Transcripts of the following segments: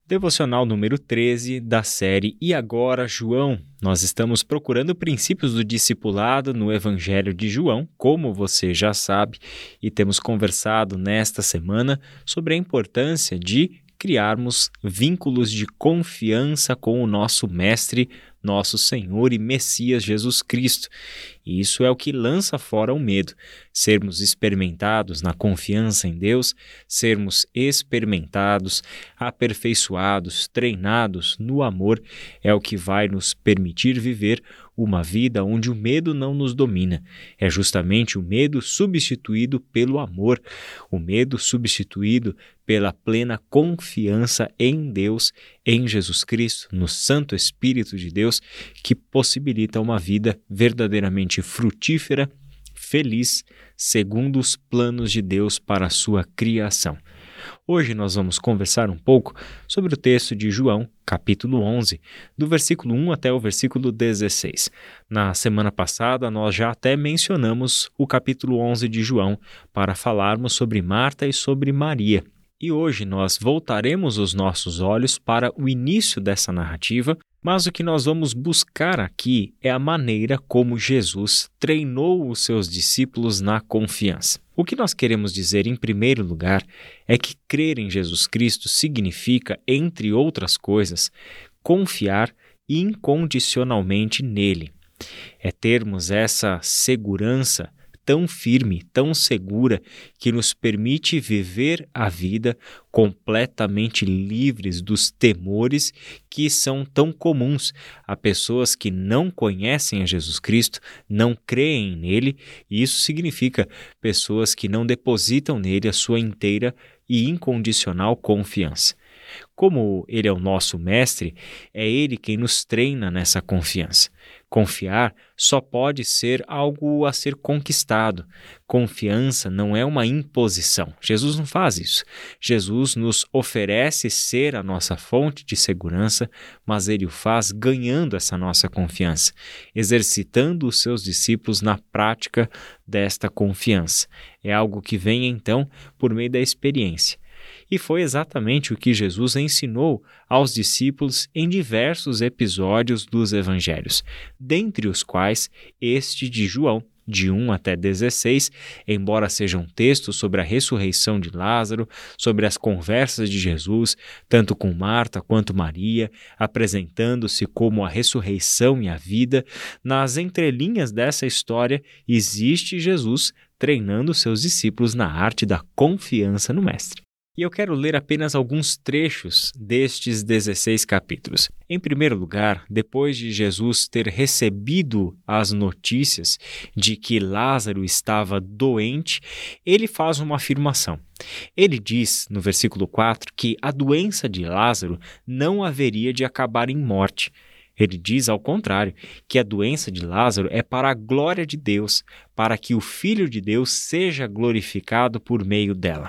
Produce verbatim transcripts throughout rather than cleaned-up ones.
Devocional número treze da série E Agora, João? Nós estamos procurando princípios do discipulado no Evangelho de João, como você já sabe, e temos conversado nesta semana sobre a importância de criarmos vínculos de confiança com o nosso Mestre, nosso Senhor e Messias Jesus Cristo. E isso é o que lança fora o medo. Sermos experimentados na confiança em Deus, sermos experimentados, aperfeiçoados, treinados no amor, é o que vai nos permitir viver uma vida onde o medo não nos domina. É justamente o medo substituído pelo amor, o medo substituído pela plena confiança em Deus, em Jesus Cristo, no Santo Espírito de Deus, que possibilita uma vida verdadeiramente frutífera, feliz, segundo os planos de Deus para a sua criação. Hoje nós vamos conversar um pouco sobre o texto de João, capítulo onze, do versículo um até o versículo dezesseis. Na semana passada, nós já até mencionamos o capítulo onze de João para falarmos sobre Marta e sobre Maria. E hoje nós voltaremos os nossos olhos para o início dessa narrativa, mas o que nós vamos buscar aqui é a maneira como Jesus treinou os seus discípulos na confiança. O que nós queremos dizer, em primeiro lugar, é que crer em Jesus Cristo significa, entre outras coisas, confiar incondicionalmente nele. É termos essa segurança tão firme, tão segura, que nos permite viver a vida completamente livres dos temores que são tão comuns a pessoas que não conhecem a Jesus Cristo, não creem nele, e isso significa pessoas que não depositam nele a sua inteira e incondicional confiança. Como ele é o nosso mestre, é ele quem nos treina nessa confiança. Confiar só pode ser algo a ser conquistado. Confiança não é uma imposição. Jesus não faz isso. Jesus nos oferece ser a nossa fonte de segurança, mas ele o faz ganhando essa nossa confiança, exercitando os seus discípulos na prática desta confiança. É algo que vem, então, por meio da experiência. E foi exatamente o que Jesus ensinou aos discípulos em diversos episódios dos evangelhos, dentre os quais este de João, de um até dezesseis, embora seja um texto sobre a ressurreição de Lázaro, sobre as conversas de Jesus, tanto com Marta quanto Maria, apresentando-se como a ressurreição e a vida, nas entrelinhas dessa história existe Jesus treinando seus discípulos na arte da confiança no Mestre. E eu quero ler apenas alguns trechos destes dezesseis capítulos. Em primeiro lugar, depois de Jesus ter recebido as notícias de que Lázaro estava doente, ele faz uma afirmação. Ele diz, no versículo quatro, que a doença de Lázaro não haveria de acabar em morte. Ele diz, ao contrário, que a doença de Lázaro é para a glória de Deus, para que o Filho de Deus seja glorificado por meio dela.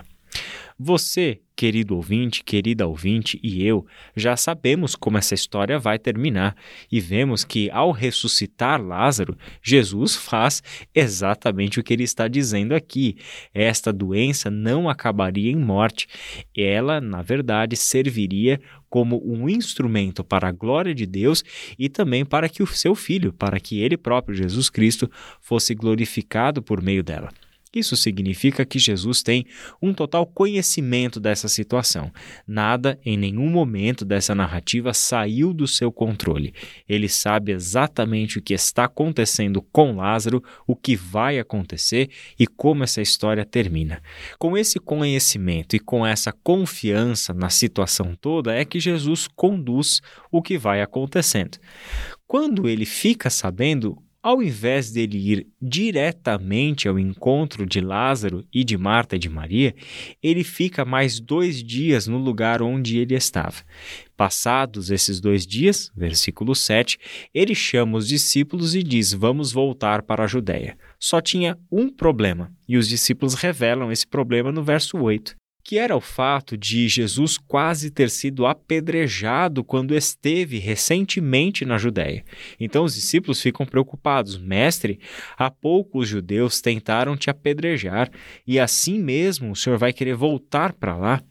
Você, querido ouvinte, querida ouvinte, e eu já sabemos como essa história vai terminar e vemos que, ao ressuscitar Lázaro, Jesus faz exatamente o que ele está dizendo aqui. Esta doença não acabaria em morte. Ela, na verdade, serviria como um instrumento para a glória de Deus e também para que o seu Filho, para que ele próprio, Jesus Cristo, fosse glorificado por meio dela. Isso significa que Jesus tem um total conhecimento dessa situação. Nada, em nenhum momento dessa narrativa, saiu do seu controle. Ele sabe exatamente o que está acontecendo com Lázaro, o que vai acontecer e como essa história termina. Com esse conhecimento e com essa confiança na situação toda é que Jesus conduz o que vai acontecendo. Quando ele fica sabendo, ao invés dele ir diretamente ao encontro de Lázaro e de Marta e de Maria, ele fica mais dois dias no lugar onde ele estava. Passados esses dois dias, versículo sete, ele chama os discípulos e diz: vamos voltar para a Judéia. Só tinha um problema, e os discípulos revelam esse problema no verso oito. Que era o fato de Jesus quase ter sido apedrejado quando esteve recentemente na Judéia. Então os discípulos ficam preocupados. Mestre, há pouco os judeus tentaram te apedrejar e assim mesmo o Senhor vai querer voltar para lá?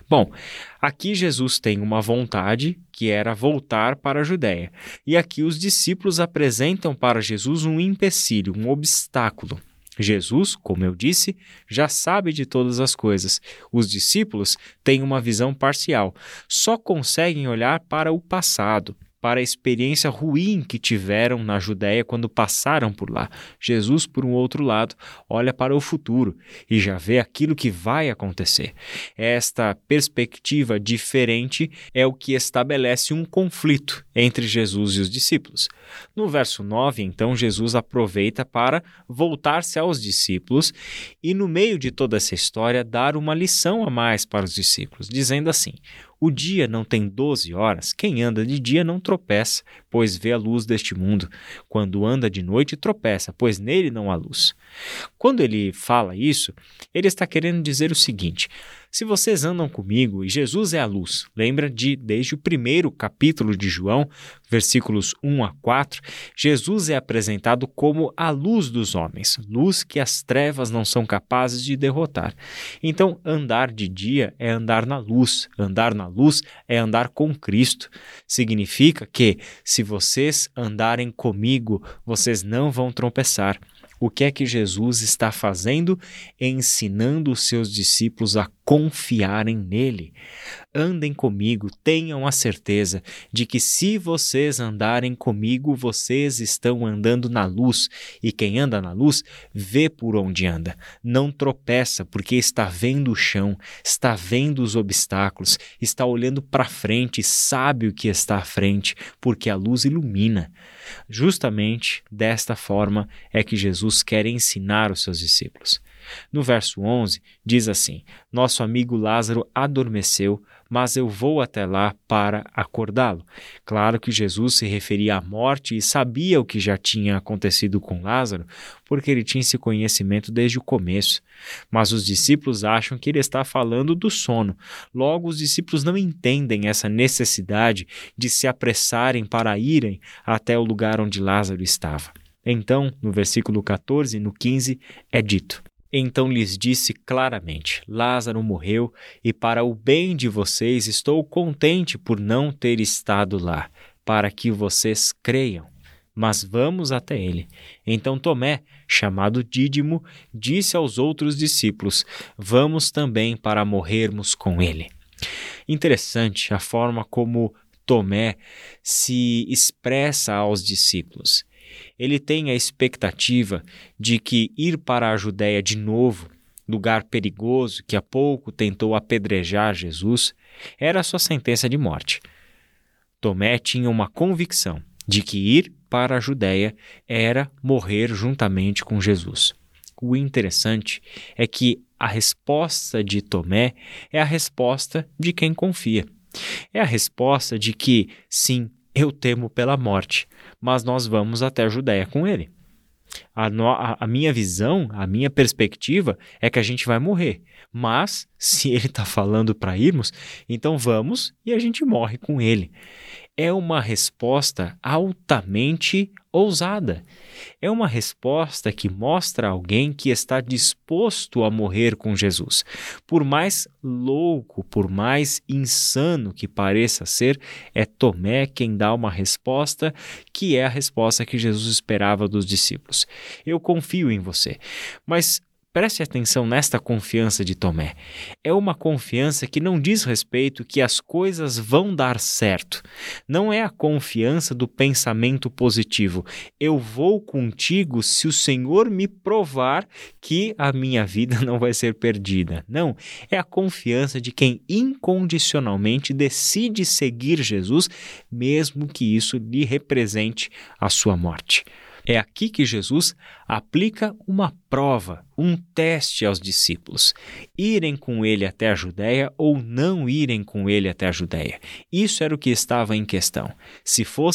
Bom, aqui Jesus tem uma vontade que era voltar para a Judéia. E aqui os discípulos apresentam para Jesus um empecilho, um obstáculo. Jesus, como eu disse, já sabe de todas as coisas. Os discípulos têm uma visão parcial, só conseguem olhar para o passado, para a experiência ruim que tiveram na Judéia quando passaram por lá. Jesus, por um outro lado, olha para o futuro e já vê aquilo que vai acontecer. Esta perspectiva diferente é o que estabelece um conflito entre Jesus e os discípulos. No verso nove, então, Jesus aproveita para voltar-se aos discípulos e, no meio de toda essa história, dar uma lição a mais para os discípulos, dizendo assim: o dia não tem doze horas, quem anda de dia não tropeça, pois vê a luz deste mundo. Quando anda de noite, tropeça, pois nele não há luz. Quando ele fala isso, ele está querendo dizer o seguinte: se vocês andam comigo e Jesus é a luz, lembra de, desde o primeiro capítulo de João, versículos um a quatro, Jesus é apresentado como a luz dos homens, luz que as trevas não são capazes de derrotar. Então, andar de dia é andar na luz, andar na luz é andar com Cristo. Significa que, se vocês andarem comigo, vocês não vão tropeçar. O que é que Jesus está fazendo? Ensinando os seus discípulos a confiarem nele. Andem comigo, tenham a certeza de que se vocês andarem comigo, vocês estão andando na luz. E quem anda na luz, vê por onde anda. Não tropeça porque está vendo o chão, está vendo os obstáculos, está olhando para frente, sabe o que está à frente, porque a luz ilumina. Justamente desta forma é que Jesus quer ensinar os seus discípulos. No verso onze, diz assim: nosso amigo Lázaro adormeceu, mas eu vou até lá para acordá-lo. Claro que Jesus se referia à morte e sabia o que já tinha acontecido com Lázaro, porque ele tinha esse conhecimento desde o começo. Mas os discípulos acham que ele está falando do sono. Logo, os discípulos não entendem essa necessidade de se apressarem para irem até o lugar onde Lázaro estava. Então, no versículo catorze e no quinze, é dito: então lhes disse claramente: Lázaro morreu, e para o bem de vocês estou contente por não ter estado lá, para que vocês creiam. Mas vamos até ele. Então Tomé, chamado Dídimo, disse aos outros discípulos: vamos também para morrermos com ele. Interessante a forma como Tomé se expressa aos discípulos. Ele tem a expectativa de que ir para a Judéia de novo, lugar perigoso que há pouco tentou apedrejar Jesus, era a sua sentença de morte. Tomé tinha uma convicção de que ir para a Judéia era morrer juntamente com Jesus. O interessante é que a resposta de Tomé é a resposta de quem confia. É a resposta de que, sim, eu temo pela morte, mas nós vamos até a Judéia com ele. A, no, a, a minha visão, a minha perspectiva é que a gente vai morrer. Mas, se ele está falando para irmos, então vamos e a gente morre com ele. É uma resposta altamente ousada. É uma resposta que mostra alguém que está disposto a morrer com Jesus. Por mais louco, por mais insano que pareça ser, é Tomé quem dá uma resposta que é a resposta que Jesus esperava dos discípulos. Eu confio em você, mas preste atenção nesta confiança de Tomé. É uma confiança que não diz respeito que as coisas vão dar certo. Não é a confiança do pensamento positivo. Eu vou contigo se o Senhor me provar que a minha vida não vai ser perdida. Não, é a confiança de quem incondicionalmente decide seguir Jesus, mesmo que isso lhe represente a sua morte. É aqui que Jesus aplica uma prova, um teste aos discípulos. Irem com ele até a Judéia ou não irem com ele até a Judéia. Isso era o que estava em questão. Se fossem,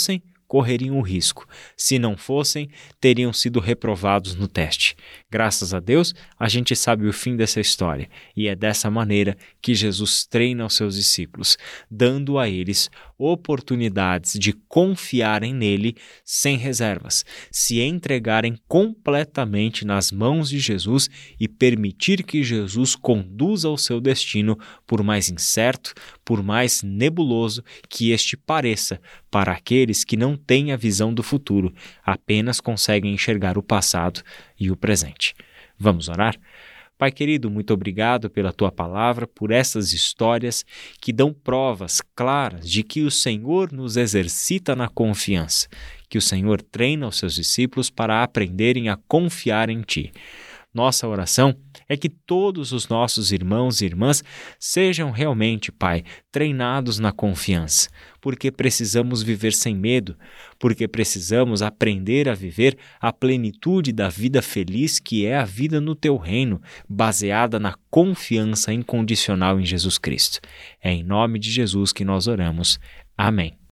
correriam o risco. Se não fossem, teriam sido reprovados no teste. Graças a Deus, a gente sabe o fim dessa história, e é dessa maneira que Jesus treina os seus discípulos, dando a eles oportunidades de confiarem nele sem reservas, se entregarem completamente nas mãos de Jesus e permitir que Jesus conduza o seu destino, por mais incerto, por mais nebuloso que este pareça, para aqueles que não têm a visão do futuro, apenas conseguem enxergar o passado e o presente. Vamos orar? Pai querido, muito obrigado pela Tua palavra, por essas histórias que dão provas claras de que o Senhor nos exercita na confiança, que o Senhor treina os seus discípulos para aprenderem a confiar em Ti. Nossa oração é que todos os nossos irmãos e irmãs sejam realmente, Pai, treinados na confiança, porque precisamos viver sem medo, porque precisamos aprender a viver a plenitude da vida feliz que é a vida no Teu reino, baseada na confiança incondicional em Jesus Cristo. É em nome de Jesus que nós oramos. Amém.